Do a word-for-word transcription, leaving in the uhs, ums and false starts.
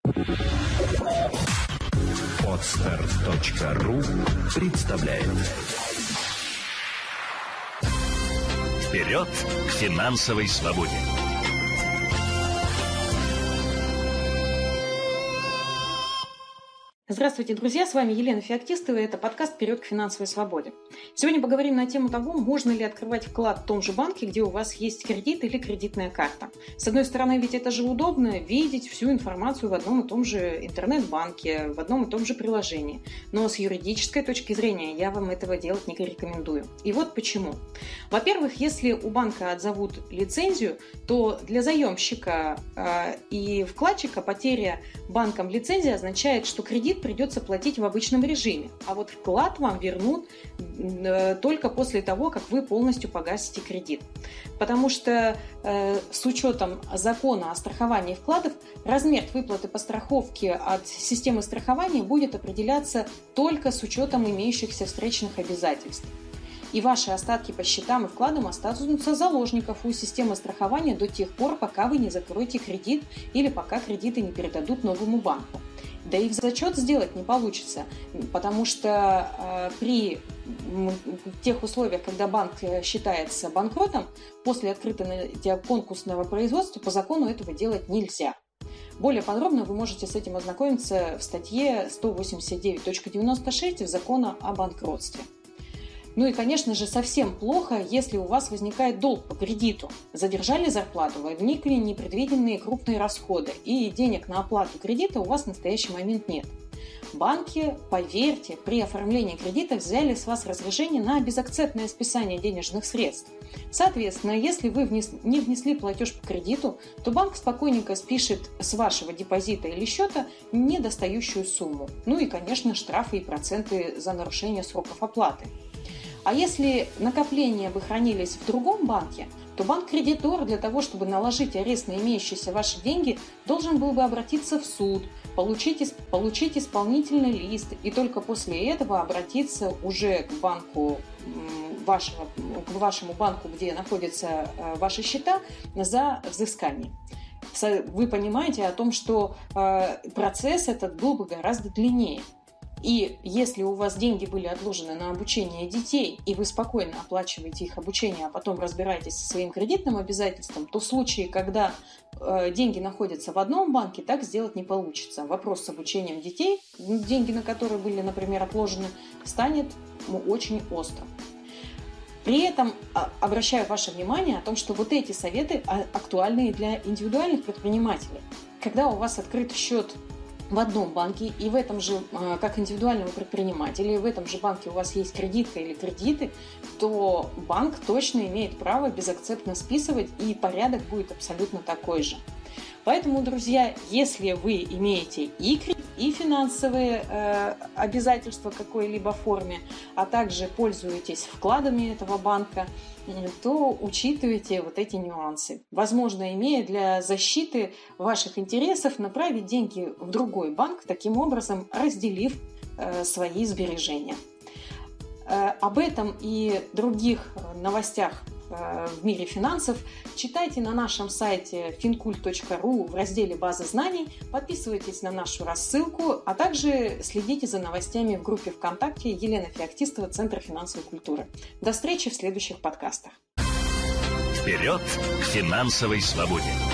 Подстер точка ру представляет. Вперед к финансовой свободе! Здравствуйте, друзья! С вами Елена Феоктистова, и это подкаст «Вперед к финансовой свободе». Сегодня поговорим на тему того, можно ли открывать вклад в том же банке, где у вас есть кредит или кредитная карта. С одной стороны, ведь это же удобно видеть всю информацию в одном и том же интернет-банке, в одном и том же приложении. Но с юридической точки зрения я вам этого делать не рекомендую. И вот почему. Во-первых, если у банка отзовут лицензию, то для заемщика э, и вкладчика потеря банком лицензии означает, что кредит придется платить в обычном режиме, а вот вклад вам вернут э, только после того, как вы полностью погасите кредит. Потому что э, с учетом закона о страховании вкладов размер выплаты по страховке от системы страхования будет определяться только с учетом имеющихся встречных обязательств. И ваши остатки по счетам и вкладам останутся заложников у системы страхования до тех пор, пока вы не закроете кредит или пока кредиты не передадут новому банку. Да и в зачет сделать не получится, потому что э, при тех условиях, когда банк считается банкротом, после открытого конкурсного производства по закону этого делать нельзя. Более подробно вы можете с этим ознакомиться в статье сто восемьдесят девять точка девяносто шесть Закона о банкротстве. Ну и, конечно же, совсем плохо, если у вас возникает долг по кредиту. Задержали зарплату, возникли непредвиденные крупные расходы, и денег на оплату кредита у вас в настоящий момент нет. Банки, поверьте, при оформлении кредита взяли с вас разрешение на безакцептное списание денежных средств. Соответственно, если вы внес, не внесли платеж по кредиту, то банк спокойненько спишет с вашего депозита или счета недостающую сумму. Ну и, конечно, штрафы и проценты за нарушение сроков оплаты. А если накопления бы хранились в другом банке, то банк-кредитор для того, чтобы наложить арест на имеющиеся ваши деньги, должен был бы обратиться в суд, получить, получить исполнительный лист и только после этого обратиться уже к банку вашего, к вашему банку, где находятся ваши счета, за взыскание. Вы понимаете о том, что процесс этот был бы гораздо длиннее. И если у вас деньги были отложены на обучение детей, и вы спокойно оплачиваете их обучение, а потом разбираетесь со своим кредитным обязательством, то в случае, когда э, деньги находятся в одном банке, так сделать не получится. Вопрос с обучением детей, деньги на которые были, например, отложены, станет ну, очень острым. При этом обращаю ваше внимание о том, что вот эти советы актуальны для индивидуальных предпринимателей. Когда у вас открыт счет в одном банке, и в этом же, как индивидуального предпринимателя, и в этом же банке у вас есть кредитка или кредиты, то банк точно имеет право безакцептно списывать, и порядок будет абсолютно такой же. Поэтому, друзья, если вы имеете и кредит, и финансовые э, обязательства в какой-либо форме, а также пользуетесь вкладами этого банка, то учитывайте вот эти нюансы. Возможно, имея для защиты ваших интересов направить деньги в другой банк, таким образом разделив э, свои сбережения. Э, об этом и других новостях в мире финансов читайте на нашем сайте финкульт точка ру в разделе «База знаний», подписывайтесь на нашу рассылку, а также следите за новостями в группе ВКонтакте Елена Феоктистова, Центр финансовой культуры. До встречи в следующих подкастах. Вперед к финансовой свободе!